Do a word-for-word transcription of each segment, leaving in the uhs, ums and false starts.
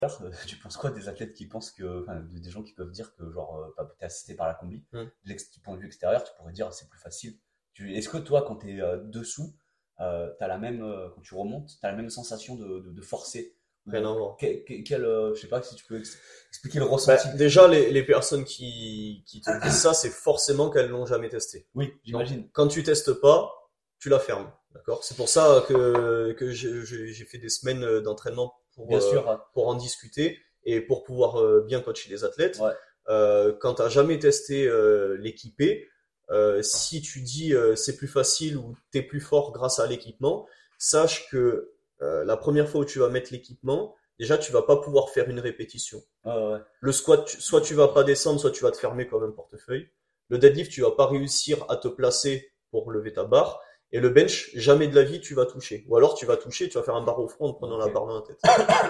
Euh, Tu penses quoi des athlètes qui pensent que, enfin, des gens qui peuvent dire que genre euh, bah, t'es assisté par la combi, Hmm. de l'ex- du point de vue extérieur, tu pourrais dire c'est plus facile. Tu, est-ce que toi, quand t'es euh, dessous, euh, t'as la même, euh, quand tu remontes, t'as la même sensation de, de, de forcer Rien à ou voir. quel, quel- quel, euh, je sais pas si tu peux ex- expliquer le Ben, ressenti. déjà, les, les personnes qui, qui te disent ça, c'est forcément qu'elles l'ont jamais testé. Oui, Donc, j'imagine. quand tu testes pas, tu la fermes. D'accord? C'est pour ça que, que j'ai j'ai- j'ai fait des semaines d'entraînement pour, Bien euh, sûr, hein. pour en discuter et pour pouvoir euh, bien coacher les athlètes. Ouais, Euh, quand tu n'as jamais testé euh, l'équipé, euh, si tu dis euh, c'est plus facile ou tu es plus fort grâce à l'équipement, sache que euh, la première fois où tu vas mettre l'équipement, déjà tu vas pas pouvoir faire une répétition. ouais, ouais. Le squat, tu- soit tu vas pas descendre, soit tu vas te fermer comme un portefeuille. Le deadlift, tu vas pas réussir à te placer pour lever ta barre. Et le bench, jamais de la vie tu vas toucher. Ou alors tu vas toucher, tu vas faire un barre au front en prenant Ok. la barre dans la tête.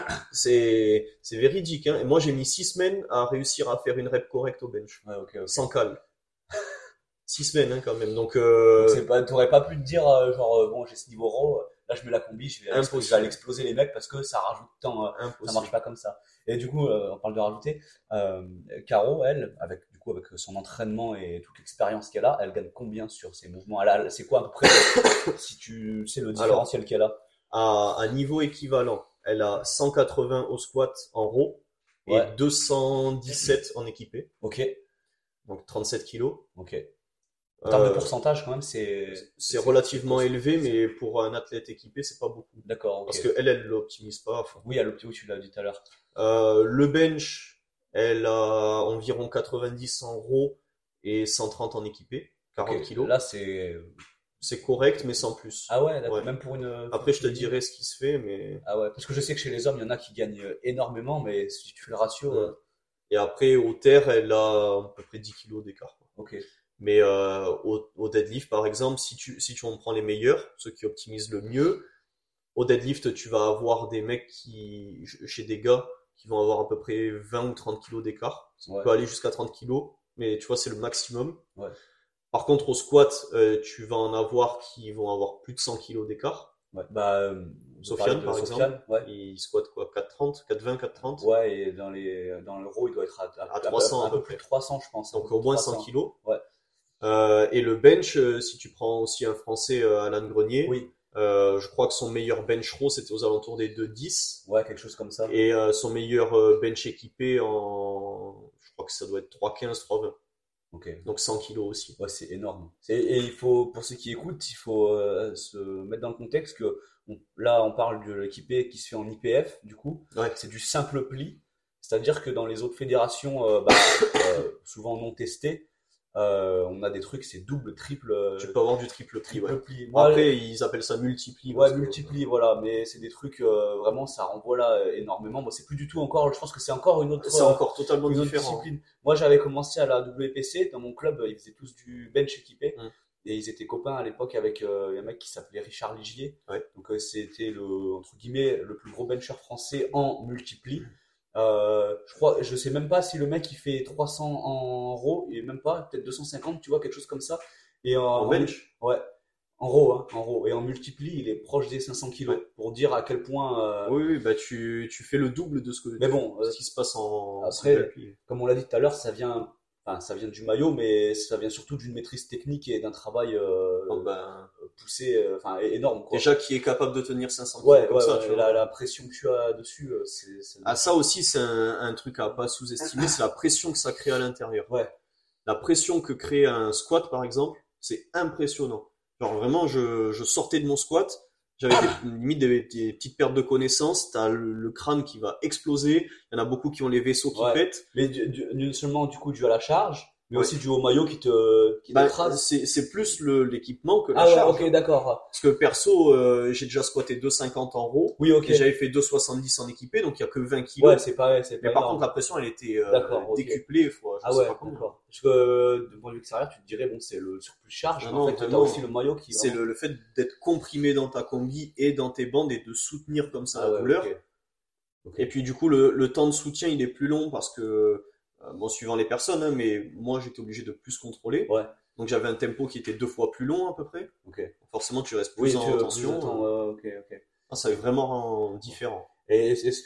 C'est, c'est véridique, hein. Et moi, j'ai mis six semaines à réussir à faire une rep correcte au bench. Ouais, ok, ok. Sans cale. Six semaines, hein, quand même. Donc, Donc euh, c'est pas, t'aurais pas pu te dire euh, genre euh, bon j'ai ce niveau raw, euh, là je mets la combi, je vais, exploser, je vais aller impossible. exploser les mecs parce que ça rajoute tant, euh, ça marche Impossible. pas comme ça. Et du coup euh, on parle de rajouter. Euh, Caro elle avec du coup avec son entraînement et toute l'expérience qu'elle a, elle gagne combien sur ses mouvements? Elle a- c'est quoi à peu près si tu sais le Alors, différentiel qu'elle a? à un niveau équivalent, elle a cent quatre-vingts au squat en raw et Ouais, deux cent dix-sept en équipé. ok, Donc trente-sept kilos. ok. En termes de Euh, pourcentage quand même c'est c'est c'est c'est c'est relativement costaud. élevé, mais pour un athlète équipé, c'est pas beaucoup. D'accord, ok. Parce que elle, elle l'optimise pas à fond. Oui à l'opti, oui, tu l'as dit tout à l'heure. Euh, le bench, elle a environ quatre-vingt-dix en raw et cent trente en équipé, Ok, quarante kilos. là c'est C'est correct, mais sans plus. ah ouais d'accord Ouais. même pour une Après, je te fille. dirai ce qui se fait, mais. Ah ouais, parce que je sais que chez les hommes, il y en a qui gagnent euh, énormément, mais si tu fais le ratio, Hmm. euh, Et après, au terre, elle a à peu près dix kilos d'écart, quoi. ok. Mais euh, au, au deadlift, par exemple, si tu, si tu en prends les meilleurs, ceux qui optimisent le mieux, au deadlift, tu vas avoir des mecs qui, chez des gars, qui vont avoir à peu près vingt ou trente kilos d'écart. Ça Ouais, peut aller jusqu'à trente kilos, mais tu vois, c'est le maximum. ouais, Par contre, au squat, euh, tu vas en avoir qui vont avoir plus de cent kilos d'écart. ouais. Bah, euh, on peut parler Sofiane, de par exemple, Sofiane, ouais. il squatte quoi, quatre trente, quatre vingt, quatre trente, Ouais, et dans les, dans le raw, il doit être à, à- à à peu- trois cents un à peu peu plus de près. trois cents, je pense. Un peu Donc plus au de moins cent trois cents. kilos. Ouais, Euh, et le bench, euh, si tu prends aussi un Français, euh, Alain Grenier, oui, euh, je crois que son meilleur bench row, c'était aux alentours des deux dix. ouais, quelque chose comme ça. Et euh, son meilleur euh, bench équipé en, je crois que ça doit être trois quinze, trois vingt. Ok. Donc cent kilos aussi. Ouais, c'est énorme. C'est- Et il faut, pour ceux qui écoutent, il faut euh, se mettre dans le contexte que on- là, on parle de l'équipé qui se fait en I P F, du coup, Ouais. c'est du simple pli. C'est-à-dire que dans les autres fédérations, euh, bah, euh, souvent non testées, euh, on a des trucs, c'est double, triple, Tu euh, peux avoir du triple pli, ouais. triple pli. Moi, Après, ils appellent ça multipli. ouais, Parce que, multipli, voilà, mais c'est des trucs, euh, vraiment, ça renvoie là euh, énormément. Moi, c'est plus du tout encore, je pense que c'est encore une autre, c'est euh, encore totalement une autre différent. discipline. Moi, j'avais commencé à la W P C, dans mon club, ils faisaient tous du bench équipé. Mm. Et ils étaient copains à l'époque avec euh, un mec qui s'appelait Richard Ligier. Ouais. Donc, euh, c'était le, entre guillemets, le plus gros bencher français en multipli. Euh, je crois, je sais même pas si le mec il fait trois cents en raw, et même pas, peut-être deux cent cinquante, tu vois, quelque chose comme ça. Et en, En en- bench. ouais, en raw, hein, en raw. Et en multipli, il est proche des cinq cents kilos. Ouais. Pour dire à quel point. euh, Oui, oui, bah tu, tu fais le double de ce que Mais bon, euh, ce qui se passe en après, single pli. comme on l'a dit tout à l'heure, ça vient, enfin, ça vient du maillot, mais ça vient surtout d'une maîtrise technique et d'un travail euh, Oh, ben, poussé, euh, enfin, é- énorme, quoi. déjà qui est capable de tenir cinq cents kilos Ouais, comme ouais, ça, ouais, tu vois. la, la pression que tu as dessus, euh, c'est, c'est- Ah, ça aussi, c'est un, un truc à pas sous-estimer, c'est la pression que ça crée à l'intérieur. Ouais, La pression que crée un squat, par exemple, c'est impressionnant. Genre vraiment, je, je sortais de mon squat, j'avais des, limite des, des petites pertes de connaissance, t'as le, le crâne qui va exploser, il y en a beaucoup qui ont les vaisseaux qui ouais. pètent. Mais du, du- non seulement du coup dû à la charge, mais Ouais. aussi dû au maillot qui te, qui Bah, t'écrase. c'est, c'est plus le, l'équipement que la Ah ouais, charge. ok, d'accord. Parce que perso, euh, j'ai déjà squatté deux cinquante en raw, Oui, ok. et j'avais fait deux soixante-dix en équipé, donc il y a que vingt kilos. Ouais, c'est pas, c'est pas Mais par énorme. contre, la pression, elle était euh, D'accord, ok. décuplée, fois, je Ah sais ouais, pas combien. d'accord. Parce que euh, de point de vue extérieur, tu te dirais, bon, c'est le surplus charge, Ah mais en non, fait, t'as vraiment. aussi le maillot qui C'est vraiment- le, le fait d'être comprimé dans ta combi et dans tes bandes et de soutenir comme ça Ah la ouais, douleur. ok. Ok. Et puis du coup, le, le temps de soutien, il est plus long parce que, euh, bon, suivant les personnes, hein, mais moi, j'étais obligé de plus contrôler. Ouais, Donc j'avais un tempo qui était deux fois plus long à peu près. ok. Forcément, tu restes Oui, plus tu en plus tension. de temps, ouais, ok, ok. Ah, ça est vraiment différent. Et est-ce est-ce que tu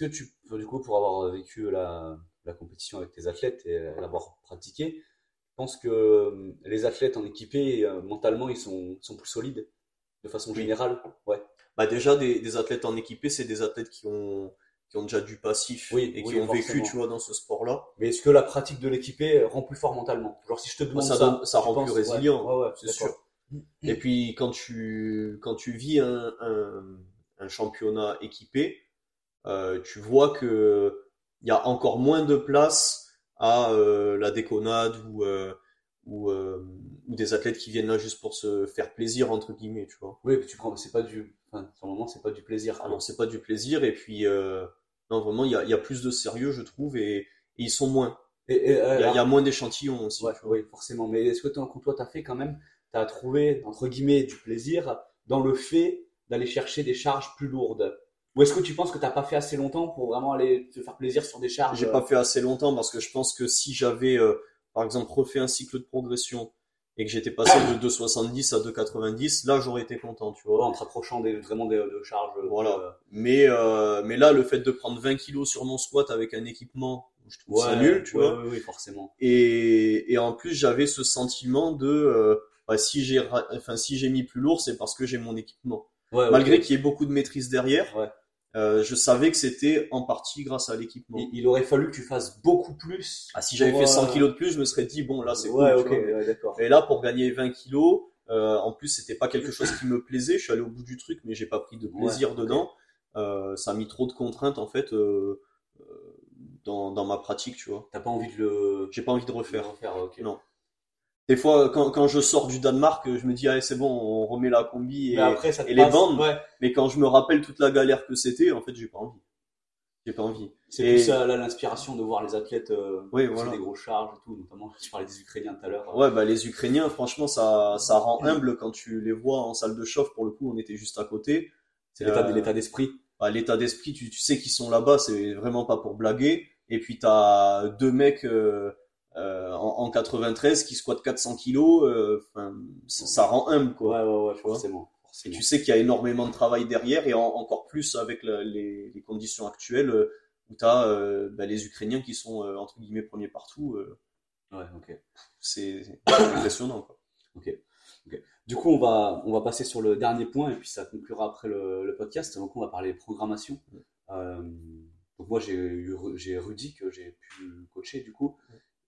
pour- du coup, pour avoir vécu la, la compétition avec tes athlètes et l'avoir pratiqué, je pense que euh, les athlètes en équipé, euh, mentalement, ils sont, sont plus solides, de façon Oui. générale. Ouais. Bah déjà, des, des athlètes en équipé, c'est des athlètes qui ont, qui ont déjà du passif Oui, et qui oui, ont vécu, tu forcément. vois, dans ce sport-là. Mais est-ce que la pratique de l'équipé rend plus fort mentalement? Genre, si je te Bah, demande ça donne, ça, ça tu rend plus penses, ouais, résilient, ouais, ouais, c'est sûr. d'accord. Et puis, quand tu, quand tu vis un, un, un championnat équipé, euh, tu vois que il y a encore moins de place à euh, la déconnade ou, euh, ou, euh, ou des athlètes qui viennent là juste pour se faire plaisir, entre guillemets, tu vois. Oui, puis tu prends, c'est pas du, enfin, sur le moment, c'est pas du plaisir, Ah non, quoi. c'est pas du plaisir. Et puis, euh, non, vraiment, il y a, il y a plus de sérieux, je trouve, et, et ils sont moins. Et, et, Il y a, il y a alors, moins d'échantillons aussi, ouais, tu vois. oui, forcément. Mais est-ce que toi, toi, t'as fait quand même, t'as trouvé, entre guillemets, du plaisir dans le fait d'aller chercher des charges plus lourdes? Ou est-ce que tu penses que t'as pas fait assez longtemps pour vraiment aller te faire plaisir sur des charges? J'ai euh, pas fait assez longtemps parce que je pense que si j'avais, euh, par exemple, refait un cycle de progression et que j'étais passé de deux soixante-dix à deux quatre-vingt-dix, là, j'aurais été content, tu ouais, vois. en te rapprochant des, vraiment des, de charges plus, Voilà. euh, Mais, euh, mais là, le fait de prendre vingt kilos sur mon squat avec un équipement, je trouve ça ouais, nul, tu ouais, vois. ouais, oui, forcément. Et, et en plus, j'avais ce sentiment de, euh, bah, si j'ai, ra- enfin, si j'ai mis plus lourd, c'est parce que j'ai mon équipement. Ouais, ok. Malgré qu'il y ait beaucoup de maîtrise derrière, Ouais. euh, je savais que c'était en partie grâce à l'équipement. Il, il aurait fallu que tu fasses beaucoup plus Ah, si j'avais pour, fait cent euh, kilos de plus, je me serais dit, bon, là, c'est ouais, cool, tu ok, vois. Mais, ouais, d'accord. mais là, pour gagner vingt kilos, euh, en plus, c'était pas quelque chose qui me plaisait. Je suis allé au bout du truc, mais j'ai pas pris de Ouais, plaisir ok. dedans. Euh, ça a mis trop de contraintes, en fait, euh, euh, dans, dans ma pratique, tu vois. T'as pas envie de le, J'ai pas envie de de le refaire. refaire, ok. Non. Des fois, quand, quand je sors du Danemark, je me dis, ah, c'est bon, on remet la combi Mais et, après, ça te et les passe, bandes. ouais. Mais quand je me rappelle toute la galère que c'était, en fait, j'ai pas envie. J'ai pas envie. C'est plus Et, ça, là, l'inspiration de voir les athlètes euh, oui, pousser des voilà. grosses charges et tout, notamment, tu parlais des Ukrainiens tout à l'heure. Ouais, bah, les Ukrainiens, franchement, ça, ça rend humble quand tu les vois en salle de chauffe. Pour le coup, on était juste à côté. C'est l'état de Euh, l'état d'esprit. bah, l'état d'esprit, tu, tu sais qu'ils sont là-bas, c'est vraiment pas pour blaguer. Et puis, t'as deux mecs euh, euh, en, en quatre-vingt-treize qui squattent quatre cents kilos. euh, Enfin, ça, ça rend humble, Ouais, quoi. ouais, ouais, Tu vois. forcément, Et tu forcément. sais qu'il y a énormément de travail derrière et en- encore plus avec la- les, les conditions actuelles euh, où tu as bah, les Ukrainiens qui sont euh, entre guillemets premiers partout. euh, Ouais, ok, c'est c'est impressionnant, quoi. ok, ok. Du coup, on va, on va passer sur le dernier point et puis ça conclura après le, le podcast. Donc, on va parler programmation. Euh, donc, moi, j'ai eu, j'ai Rudy que j'ai pu coacher du coup.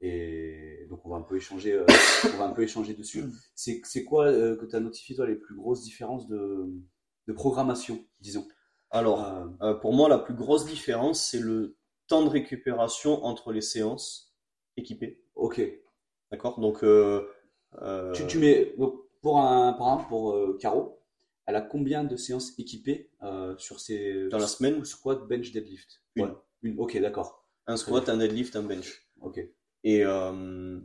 Et donc, on va un peu échanger, euh, on va un peu échanger dessus. C'est, c'est quoi euh, que tu as notifié, toi, les plus grosses différences de, de programmation, disons? Alors, Euh, euh, pour moi, la plus grosse différence, c'est le temps de récupération entre les séances équipées. ok. D'accord? Donc, euh, Tu, tu euh, mets, donc, pour un, par exemple, pour euh, Caro, elle a combien de séances équipées euh, sur ses dans la semaine, squat, bench, deadlift? Ouais, une. une. Ok, d'accord. Un Très bien. squat, un deadlift, un bench. Ok. Et, euh,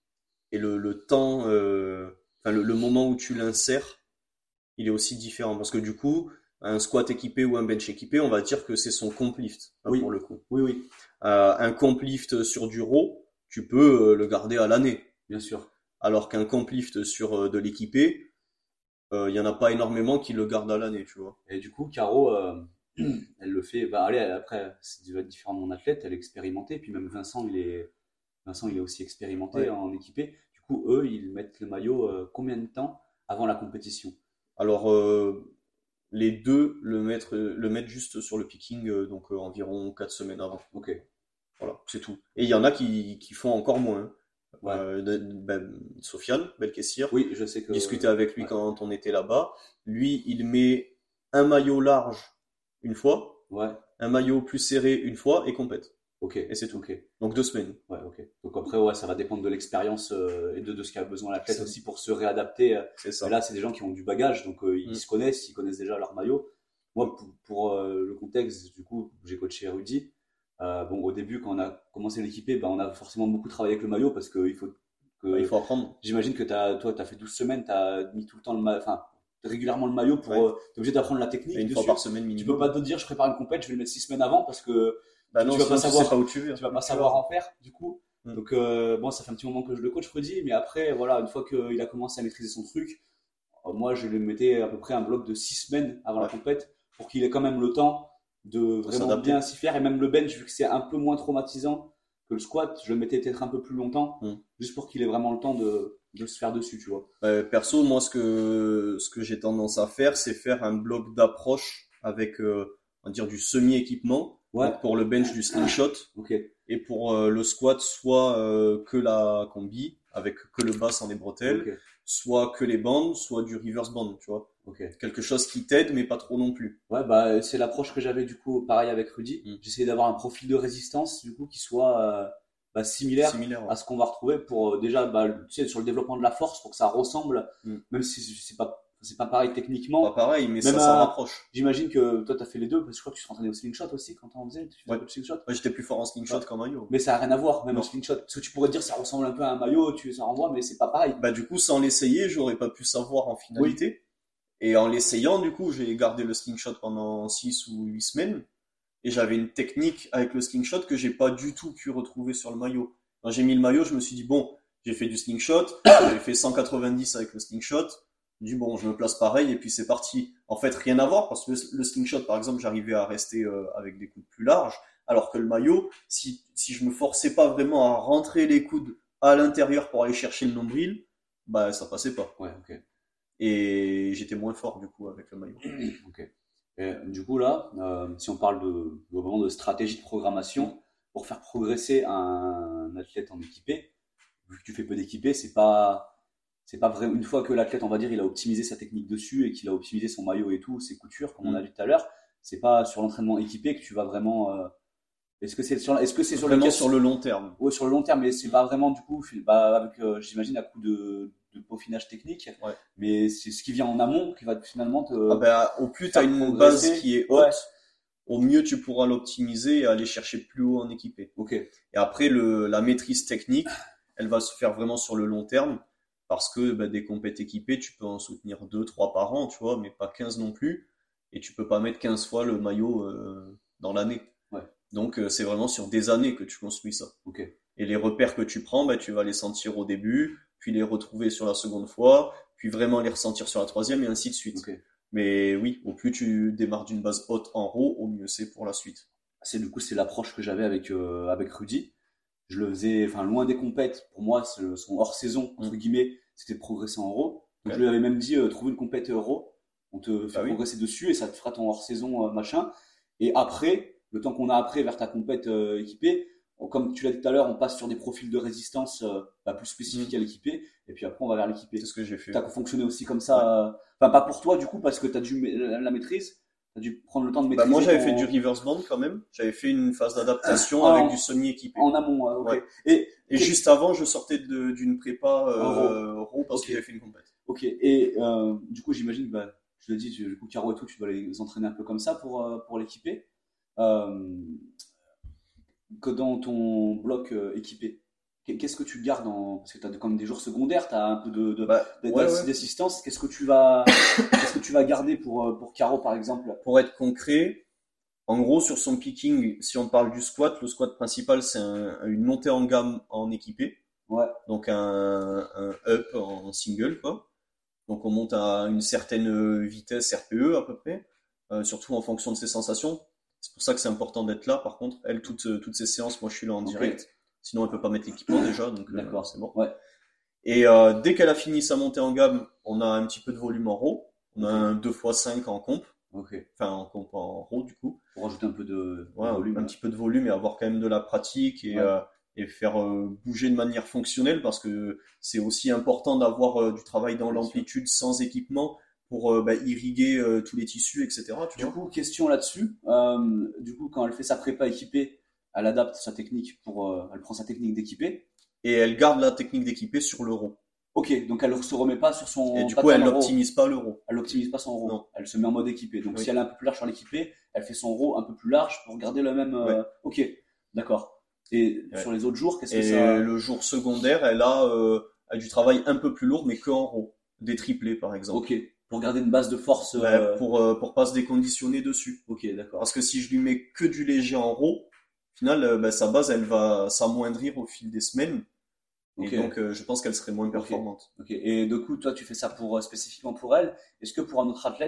et le, le temps, euh, enfin, le, le moment où tu l'insères, il est aussi différent. Parce que du coup, un squat équipé ou un bench équipé, on va dire que c'est son comp lift, hein, pour Oui, le coup. oui, oui, Euh, un comp lift sur du raw, tu peux euh, le garder à l'année. bien sûr. Alors qu'un comp lift sur euh, de l'équipé, euh, il y en a pas énormément qui le gardent à l'année, tu vois. Et du coup, Caro, euh, elle le fait. Bah, allez, après, c'est va être différent de mon athlète, elle est expérimentée. Puis même Vincent, il est, Vincent, il est aussi expérimenté Ouais. en équipé. Du coup, eux, ils mettent le maillot euh, combien de temps avant la compétition? Alors, euh, les deux le mettent, le mettent juste sur le picking, euh, donc euh, environ quatre semaines avant. Ok, Voilà, c'est tout. Et il y en a qui, qui font encore moins, hein. ouais. Euh, de- ben, Sofiane Belkessir, Oui, je sais que. discuter avec lui Ouais, quand on était là-bas. Lui, il met un maillot large une fois, ouais, un maillot plus serré une fois et complète. ok, Et c'est tout. ok. Donc deux semaines. Ouais, ok. Donc après, ouais, ça va dépendre de l'expérience euh, et de, de ce qu'a besoin l'athlète C'est aussi pour se réadapter. euh. c'est Mais ça. là, c'est des gens qui ont du bagage, donc euh, ils Mm, se connaissent, ils connaissent déjà leur maillot. Moi, mm. pour, pour, euh, le contexte, du coup, j'ai coaché Rudy. Euh, bon, au début, quand on a commencé l'équiper, ben, on a forcément beaucoup travaillé avec le maillot parce qu'il faut Bah, il que. faut apprendre. J'imagine que t'as, toi, tu as fait douze semaines, tu as mis tout le temps le maillot, enfin, régulièrement le maillot pour. Ouais. Euh, t'es obligé d'apprendre la Et technique une fois par dessus. semaine Tu peux minimum. pas te dire, je prépare une compète, je vais le mettre six semaines avant parce que Bah tu, non, tu vas pas sinon tu sais pas savoir où tu vas. tu vas Où pas tu savoir vas. en faire du coup. Mm. Donc euh, bon, ça fait un petit moment que je le coach Rudy, mais après voilà, une fois qu'il a commencé à maîtriser son truc, euh, moi je lui mettais à peu près un bloc de six semaines avant la Ouais. compète pour qu'il ait quand même le temps. de vraiment s'adapter. bien s'y faire. Et même le bench, vu que c'est un peu moins traumatisant que le squat, je le mettais peut-être un peu plus longtemps, Mm. juste pour qu'il ait vraiment le temps de, de se faire dessus, tu vois. Euh, perso, moi, ce que, ce que j'ai tendance à faire, c'est faire un bloc d'approche avec, euh, on va dire, du semi-équipement. Ouais, Donc, pour le bench, du slingshot. ok, Et pour euh, le squat, soit euh, que la combi, avec que le bas sans les bretelles, ok, soit que les bandes, soit du reverse band, tu vois. ok. Quelque chose qui t'aide, mais pas trop non plus. Ouais, bah, c'est l'approche que j'avais du coup, pareil avec Rudy. Mm. J'essayais d'avoir un profil de résistance, du coup, qui soit euh, bah, similaire Similaire, ouais. à ce qu'on va retrouver pour euh, déjà, bah, tu sais, sur le développement de la force, pour que ça ressemble, Mm. même si c'est pas, c'est pas pareil Pas techniquement. pareil, mais Même ça s'en à- rapproche. J'imagine que toi, t'as fait les deux, parce que je crois que tu t'entraînais au slingshot aussi quand t'en faisais, tu faisais Ouais. un peu de slingshot. Moi, j'étais plus fort en slingshot Ouais. qu'en maillot. Mais ça n'a rien à voir, même Non. au slingshot. Parce que tu pourrais te dire, ça ressemble un peu à un maillot, tu, ça renvoie, mais c'est pas pareil. Bah, du coup, sans l'essayer, j'aurais pas pu savoir en finalité. Et en l'essayant, du coup, j'ai gardé le slingshot pendant six ou huit semaines. Et j'avais une technique avec le slingshot que j'ai pas du tout pu retrouver sur le maillot. Quand j'ai mis le maillot, je me suis dit, bon, j'ai fait du slingshot, j'ai fait cent quatre-vingt-dix avec le slingshot. Je me dis, bon, je me place pareil, et puis c'est parti. En fait, rien à voir, parce que le slingshot, par exemple, j'arrivais à rester euh, avec des coudes plus larges, alors que le maillot, si, si je me forçais pas vraiment à rentrer les coudes à l'intérieur pour aller chercher le nombril, bah, ça passait pas. Ouais, ok. Et j'étais moins fort, du coup, avec le maillot. Ok. Et, du coup, là, euh, si on parle de, de, vraiment de stratégie de programmation, pour faire progresser un athlète en équipé, vu que tu fais peu d'équipés, c'est pas, c'est pas vrai. Une fois que l'athlète, on va dire, il a optimisé sa technique dessus et qu'il a optimisé son maillot et tout, ses coutures, comme on a Mm. dit tout à l'heure, c'est pas sur l'entraînement équipé que tu vas vraiment. Euh, est-ce que c'est sur, est-ce que c'est sur Vraiment le sur le long terme. Ouais, sur le long terme, mais c'est pas vraiment du coup, bah, avec, euh, j'imagine, à coup de, de peaufinage technique. Ouais. Mais c'est ce qui vient en amont qui va finalement te. Ah bah, au plus tu as faire une progresser. base qui est Ouais. haute, au mieux tu pourras l'optimiser et aller chercher plus haut en équipé. Ok. Et après, le, la maîtrise technique, elle va se faire vraiment sur le long terme, parce que bah, des compètes équipées, tu peux en soutenir deux, trois par an, tu vois, mais pas quinze non plus. Et tu peux pas mettre quinze fois le maillot euh, dans l'année. Ouais. Donc euh, c'est vraiment sur des années que tu construis ça. Ok. Et les repères que tu prends, bah, tu vas les sentir au début, puis les retrouver sur la seconde fois, puis vraiment les ressentir sur la troisième, et ainsi de suite. Ok. Mais oui, au plus tu démarres d'une base haute en raw, au mieux c'est pour la suite. C'est du coup c'est l'approche que j'avais avec euh, avec Rudy. Je le faisais, enfin loin des compètes. Pour moi, c'est son hors saison entre Mm. guillemets, c'était de progresser en raw. Donc Ouais. je lui avais même dit euh, trouve une compète raw, on te fait Bah oui. progresser dessus et ça te fera ton hors saison euh, machin. Et après, le temps qu'on a après vers ta compète euh, équipée, on- comme tu l'as dit tout à l'heure, on passe sur des profils de résistance euh, bah, plus spécifiques Mm. à l'équipé. Et puis après, on va vers l'équipé. C'est ce que j'ai fait. T'as fonctionné aussi comme ça. euh, Enfin, pas pour toi du coup, parce que t'as dû ma- la maîtrise. T'as dû prendre le temps de Bah, maîtriser. moi j'avais ton- fait du reverse band quand même. J'avais fait une phase d'adaptation En- avec du semi-équipé. en amont. euh, ok. Ouais. Et Et juste avant, je sortais de- d'une prépa euh, raw parce Ok. que j'avais fait une compète. ok. Et euh, du coup, j'imagine, bah, je l'ai dit, tu- du coup, Caro et tout, tu dois les entraîner un peu comme ça pour euh, pour l'équiper. Euh, que dans ton bloc euh, équipé, qu'est- qu'est-ce que tu gardes en... Parce que tu as comme des jours secondaires, tu as un peu de, de- Bah, de- ouais, d'assi- ouais. d'assistance. Qu'est-ce que tu vas, qu'est-ce que tu vas garder pour, euh, pour Caro, par exemple? Pour être concret, en gros, sur son picking, si on parle du squat, le squat principal, c'est un- une montée en gamme en équipé. Ouais, Donc un, un up en single, quoi. Donc on monte à une certaine vitesse R P E à peu près, euh, surtout en fonction de ses sensations. C'est pour ça que c'est important d'être là. Par contre, elle, toutes, euh, toutes ces séances, moi je suis là en Ok. direct. Sinon, elle peut pas mettre l'équipement déjà, donc euh, d'accord. c'est bon. Ouais, Et euh, dès qu'elle a fini sa montée en gamme, on a un petit peu de volume en raw. On a Ok. un deux fois cinq en comp, ok. enfin en comp en raw du coup. Pour rajouter un peu de, Ouais, de volume. un petit peu de volume et avoir quand même de la pratique et, Ouais. euh, et faire euh, bouger de manière fonctionnelle, parce que c'est aussi important d'avoir euh, du travail dans Bien l'amplitude sans équipement pour euh, bah, irriguer euh, tous les tissus, et cetera. Tu Du vois. coup, question là-dessus. Euh, du coup, quand elle fait sa prépa équipée, elle adapte sa technique pour, euh, elle prend sa technique d'équipée. Et elle garde la technique d'équiper sur l'euro. Ok, donc elle ne se remet pas sur son Et du coup, pattern elle raw. n'optimise pas l'euro. Elle n'optimise pas son raw. Non. Elle se met en mode équipé. Donc Oui. si elle est un peu plus large sur l'équipé, elle fait son raw un peu plus large pour garder le même. euh, Ouais. Ok, d'accord. Et Ouais. sur les autres jours, qu'est-ce que Et ça. le jour secondaire, elle a, euh, a du travail un peu plus lourd, mais que en raw. Des triplés, par exemple. Ok, pour garder une base de force. Ouais, euh, pour, euh, pour pas se déconditionner dessus. Ok, d'accord. Parce que si je lui mets que du léger en raw, au final, euh, bah, sa base, elle va s'amoindrir au fil des semaines. Ok. Et donc, euh, je pense qu'elle serait moins performante. Ok. Et du coup, toi, tu fais ça pour euh, spécifiquement pour elle. Est-ce que pour un autre athlète,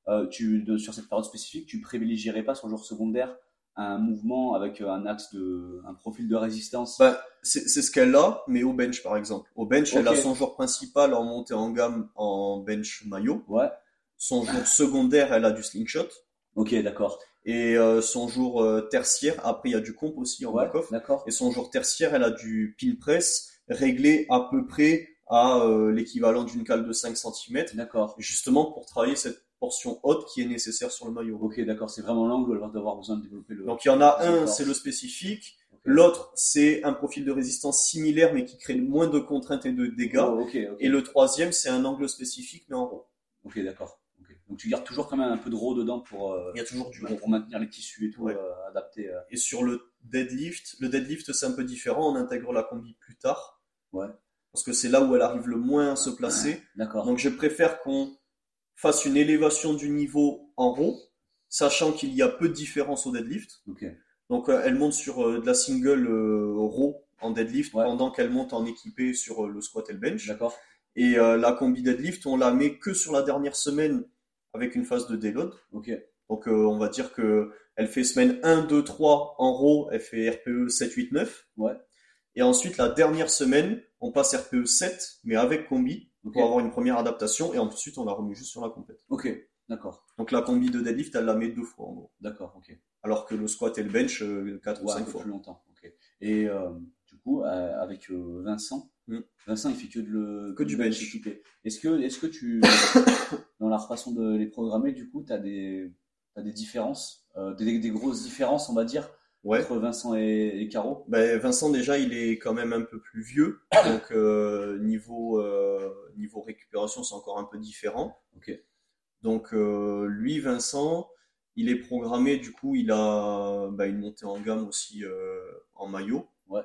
euh, tu, de, sur cette période spécifique, tu privilégierais pas sur le jour secondaire un mouvement avec un axe de, un profil de résistance? Ben, c'est, c'est ce qu'elle a, mais au bench par exemple. Au bench, elle a Ok, son jour principal en montée en gamme en bench maillot. ouais, Son jour secondaire, elle a du slingshot. ok, d'accord. Et euh, son jour euh, tertiaire, après il y a du comp aussi en Ouais, back-off. d'accord. Et son jour tertiaire, elle a du pin press réglé à peu près à euh, l'équivalent d'une cale de cinq centimètres, D'accord. justement pour travailler cette portion haute qui est nécessaire sur le maillot. Ok, d'accord. C'est vraiment l'angle où elle va devoir besoin de développer le. Donc il y en a le un, force. c'est le spécifique. Ok. L'autre, c'est un profil de résistance similaire mais qui crée moins de contraintes et de dégâts. Oh, ok, ok. Et le troisième, c'est un angle spécifique mais en rond. Ok, d'accord. Ok. Donc tu gardes toujours quand même un peu de raw dedans pour, euh, Il y a toujours du pour, pour maintenir les tissus et tout, Ouais. euh, adapté. euh. Et sur le deadlift, le deadlift c'est un peu différent, on intègre la combi plus tard. Ouais. Parce que c'est là où elle arrive le moins à se placer. D'accord. Donc je préfère qu'on fasse une élévation du niveau en rond, sachant qu'il y a peu de différence au deadlift. Ok. Donc euh, elle monte sur euh, de la single euh, row en deadlift Ouais. pendant qu'elle monte en équipé sur euh, le squat et le bench. D'accord. Et euh, la combi deadlift, on la met que sur la dernière semaine avec une phase de déload. Ok. Donc euh, on va dire que elle fait semaine un, deux, trois en row, elle fait R P E sept, huit, neuf. Ouais. Et ensuite la dernière semaine, on passe R P E sept mais avec combi Ok. pour avoir une première adaptation et ensuite on la remet juste sur la compète. Ok. D'accord. Donc la combi de deadlift, elle la met deux fois en gros. D'accord. Ok. Alors que le squat et le bench, euh, quatre ou Ouais, un cinq peu fois. plus longtemps. Ok. Et euh, du coup, euh, avec euh, Vincent, Mm. Vincent, il fait que, de le, Que du bench. équipé. Est-ce que, est-ce que tu, dans la façon de les programmer, du coup, tu as des, t'as des différences, euh, des, des grosses différences, on va dire, Ouais. entre Vincent et, et Caro? Ben, Vincent déjà il est quand même un peu plus vieux, donc euh, niveau euh, niveau récupération c'est encore un peu différent. Ok. Donc euh, lui Vincent, il est programmé du coup il a ben, une montée en gamme aussi euh, en maillot. Ouais.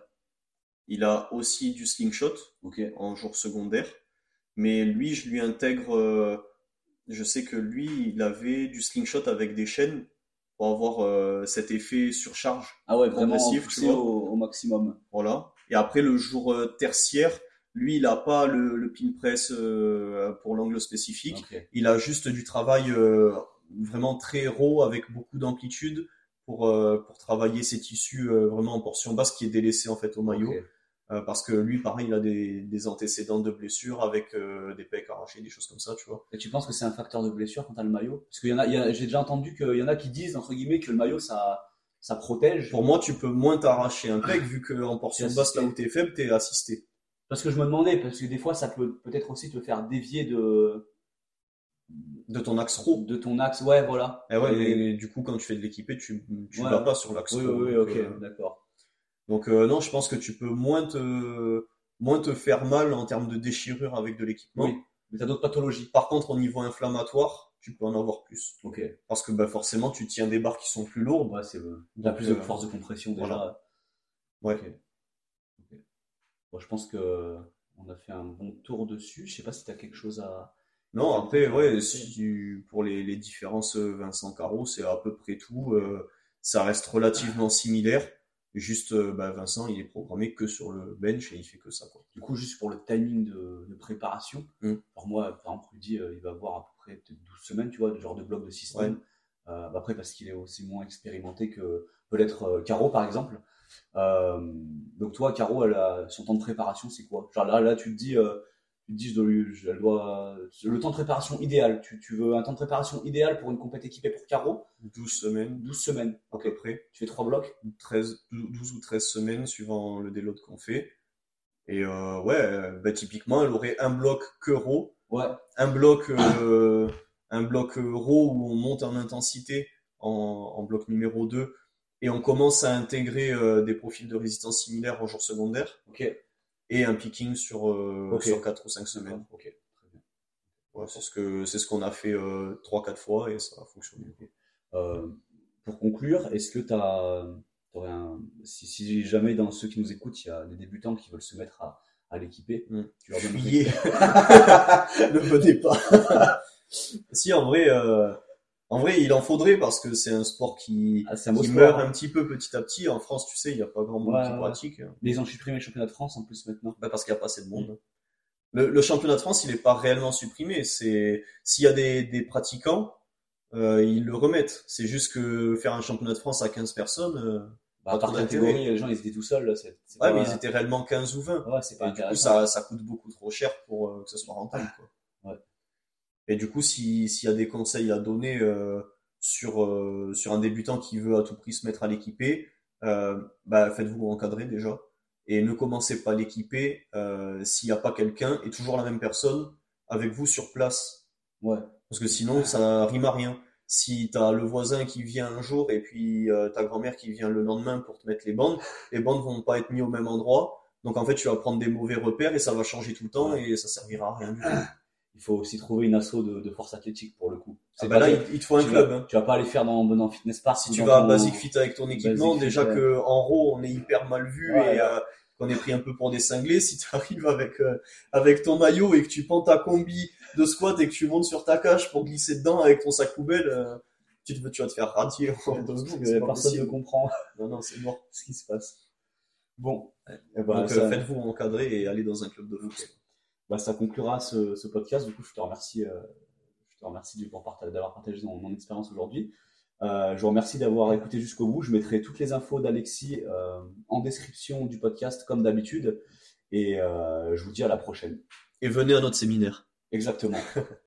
Il a aussi du slingshot Ok. en jour secondaire, mais lui je lui intègre, euh, je sais que lui il avait du slingshot avec des chaînes pour avoir euh, cet effet surcharge Ah ouais, vraiment progressif, tu poussé vois. au, au maximum. Voilà. Et après, le jour euh, tertiaire, lui, il a pas le, le pin press euh, pour l'angle spécifique. Ok. Il a juste du travail euh, vraiment très raw avec beaucoup d'amplitude pour, euh, pour travailler ses tissus euh, vraiment en portion basse qui est délaissé en fait au maillot. Ok. Euh, parce que lui, pareil, il a des, des antécédents de blessures avec euh, des pecs arrachés, des choses comme ça, tu vois. Et tu penses que c'est un facteur de blessure quand t'as le maillot? Parce qu'il y en a, il y a- j'ai déjà entendu qu'il y en a qui disent, entre guillemets, que le maillot, ça, ça protège. Pour moi, tu peux moins t'arracher un pec vu qu'en portion T'es basse, là assisté. où t'es faible, t'es assisté. Parce que je me demandais, parce que des fois, ça peut peut-être aussi te faire dévier de, De ton axe raw. de ton axe. Ouais, voilà. Et ouais, Et- mais du coup, quand tu fais de l'équipé, tu, tu Ouais. vas pas sur l'axe Oui, raw. oui, oui, donc, ok, euh, d'accord. donc euh, non, je pense que tu peux moins te, moins te faire mal en termes de déchirure avec de l'équipement. Oui, mais t'as d'autres pathologies. Par contre, au niveau inflammatoire, tu peux en avoir plus. Ok. Parce que bah, forcément, tu tiens des barres qui sont plus lourdes. Ouais, c'est, euh, t'as Donc, plus de euh, force de compression déjà. voilà. Ouais. Ok. Ok. Bon, je pense que on a fait un bon tour dessus. Je sais pas si t'as quelque chose à. Non, à après, rajouter. ouais, si tu- pour les, les différences euh, Vincent Caro, c'est à peu près tout. Euh, ça reste relativement similaire. Juste, euh, bah, Vincent, il est programmé que sur le bench et il fait que ça, quoi. Du coup, juste pour le timing de, de préparation, Mm. alors moi, par exemple, Rudy, euh, il va avoir à peu près peut-être douze semaines, tu vois, de genre de bloc de six semaines. Euh, bah après, parce qu'il est aussi moins expérimenté que peut l'être euh, Caro, par exemple. Euh, donc toi, Caro, elle a, son temps de préparation, c'est quoi? Genre là, là, tu te dis, euh, tu te dis, je dois lui- je- elle doit, le temps de préparation idéal. Tu, tu veux un temps de préparation idéal pour une compète équipée pour Caro? douze semaines, douze semaines. à Ok. peu près. Tu fais trois blocs? treize, douze ou treize semaines suivant le déload qu'on fait. Et euh, ouais, euh, bah, typiquement, elle aurait un bloc que raw, Ouais. un bloc, euh, un bloc euh, raw où on monte en intensité en, en bloc numéro deux et on commence à intégrer euh, des profils de résistance similaires en jour secondaire Ok. et un picking sur, euh, Ok. sur quatre ou cinq semaines. D'accord. Ok. Très bien. Ouais, c'est ce que c'est ce qu'on a fait euh, trois quatre fois et ça a fonctionné. Euh, pour conclure, est-ce que tu as, un, si, si jamais dans ceux qui nous écoutent, il y a des débutants qui veulent se mettre à, à l'équiper, Mm. tu leur donnes Fuyez. Ne venez pas. Si, en vrai, euh, en vrai, il en faudrait parce que c'est un sport qui, Ah, c'est un beau qui sport, meurt hein. un petit peu petit à petit. En France, tu sais, il n'y a pas grand monde Ouais, qui ouais. pratique. Mais ils ont supprimé le championnat de France en plus maintenant. Bah, parce qu'il n'y a pas assez de monde. Le, le championnat de France, il n'est pas réellement supprimé. C'est, s'il y a des, des pratiquants, euh, ils le remettent. C'est juste que faire un championnat de France à quinze personnes, euh, Bah, pas par trop catégorie, d'intérêt. les gens, ils étaient tout seuls, là. C'est, c'est Ouais, pas, mais ils étaient réellement quinze ou vingt. ouais, c'est pas Et du coup, intéressant. ça, ça coûte beaucoup trop cher pour euh, que ce soit rentable, quoi. Ouais. Et du coup, si, s'il y a des conseils à donner euh, sur, euh, sur un débutant qui veut à tout prix se mettre à l'équiper, euh, bah, faites-vous encadrer déjà. Et ne commencez pas à l'équiper euh, s'il n'y a pas quelqu'un et toujours la même personne avec vous sur place. Ouais. Parce que sinon, ça rime à rien. Si t'as le voisin qui vient un jour et puis euh, ta grand-mère qui vient le lendemain pour te mettre les bandes, les bandes vont pas être mises au même endroit. Donc en fait, tu vas prendre des mauvais repères et ça va changer tout le temps Ouais. et ça servira à rien du tout. Il faut aussi trouver une asso de, de force athlétique pour le coup. Ah C'est bah pas là, que il, il te faut un tu club. vas, Hein. tu vas pas aller faire dans, dans Fitness Park Si ou tu dans vas à ton Basic Fit avec ton équipement, Basic Fit, déjà ouais. que en RAW, on est hyper mal vu Ouais, et ouais. euh, qu'on est pris un peu pour des cinglés. Si tu arrives avec euh, avec ton maillot et que tu prends ta combi de squat et que tu montes sur ta cage pour glisser dedans avec ton sac poubelle, euh, tu, te, tu vas te faire radier en deux Parce secondes. que C'est pas personne ne possible. comprend Non, non, c'est mort. ce qui se passe. Bon, eh ben, Donc euh, ça, faites-vous encadrer et allez dans un club de ok. foot. Bah, ça conclura ce, ce podcast. Du coup, je te remercie, euh, je te remercie du- pour parta- d'avoir partagé mon, mon expérience aujourd'hui. Euh, je vous remercie d'avoir écouté jusqu'au bout. Je mettrai toutes les infos d'Alexis euh, en description du podcast, comme d'habitude. Et euh, je vous dis à la prochaine. Et venez à notre séminaire. Exactement.